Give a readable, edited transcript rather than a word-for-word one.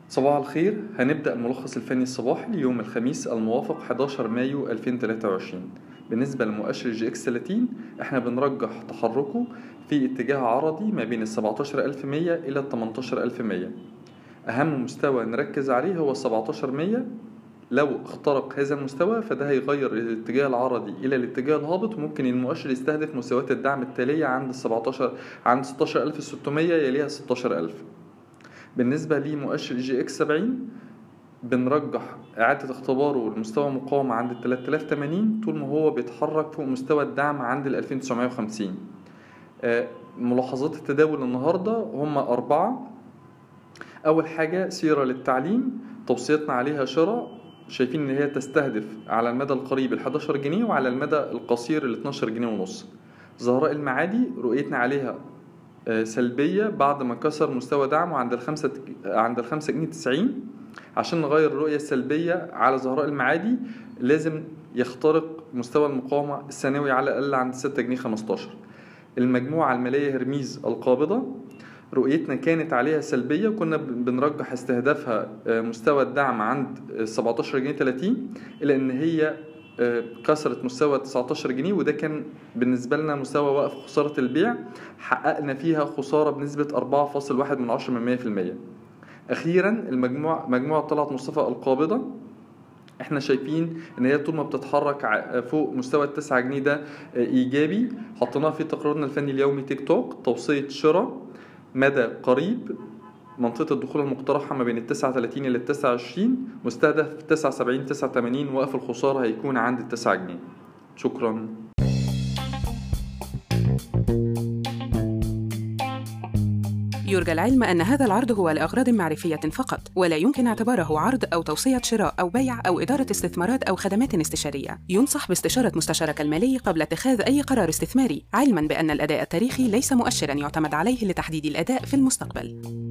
صباح الخير. هنبدأ الملخص الفني الصباحي ليوم الخميس الموافق 11 مايو 2023. بالنسبة لمؤشر جي اكس 30 احنا بنرجح تحركه في اتجاه عرضي ما بين 17100 إلى 18100. أهم مستوى نركز عليه هو 17100. لو اخترق هذا المستوى فده هيغير الاتجاه العرضي إلى الاتجاه الهابط، وممكن المؤشر يستهدف مستويات الدعم التالية عند 16600 يليها 16000. بالنسبة لمؤشر جي اكس 70 بنرجح إعادة اختباره لمستوى مقاومة عند 3080 طول ما هو بيتحرك فوق مستوى الدعم عند 2950. ملاحظات التداول النهاردة هم 4. أول حاجة سيرة للتعليم، توصيتنا عليها شراء، شايفين إن هي تستهدف على المدى القريب 11 جنيه وعلى المدى القصير 12 جنيه ونص. زهراء المعادي رؤيتنا عليها سلبية بعد ما كسر مستوى دعمه عند الخمسة جنيه 90. عشان نغير الرؤية السلبية على زهراء المعادي لازم يخترق مستوى المقاومة السنوي على الأقل عند 6 جنيه 15. المجموعة المالية هرميز القابضة رؤيتنا كانت عليها سلبية، وكنا بنرجح استهدافها مستوى الدعم عند 17 جنيه 30، إلا إن هي كسرت مستوى 19 جنيه، وده كان بالنسبة لنا مستوى وقف خسارة البيع. حققنا فيها خسارة بنسبة 4.1%. أخيرا مجموعة طلعت مصطفى القابضة، احنا شايفين ان هي طول ما بتتحرك فوق مستوى 9 جنيه ده ايجابي. حطيناها في تقريرنا الفني اليومي تيك توك، توصية شراء مدى قريب منطقة الدخول المقترحة ما بين 39 إلى 29، مستهدف 79 89. وقف الخسارة هيكون عند 9 جنيه. شكرا. يرجى العلم أن هذا العرض هو لأغراض معرفية فقط، ولا يمكن اعتباره عرض أو توصية شراء أو بيع أو إدارة استثمارات أو خدمات استشارية. ينصح باستشارة مستشارك المالي قبل اتخاذ أي قرار استثماري، علماً بأن الأداء التاريخي ليس مؤشراً يعتمد عليه لتحديد الأداء في المستقبل.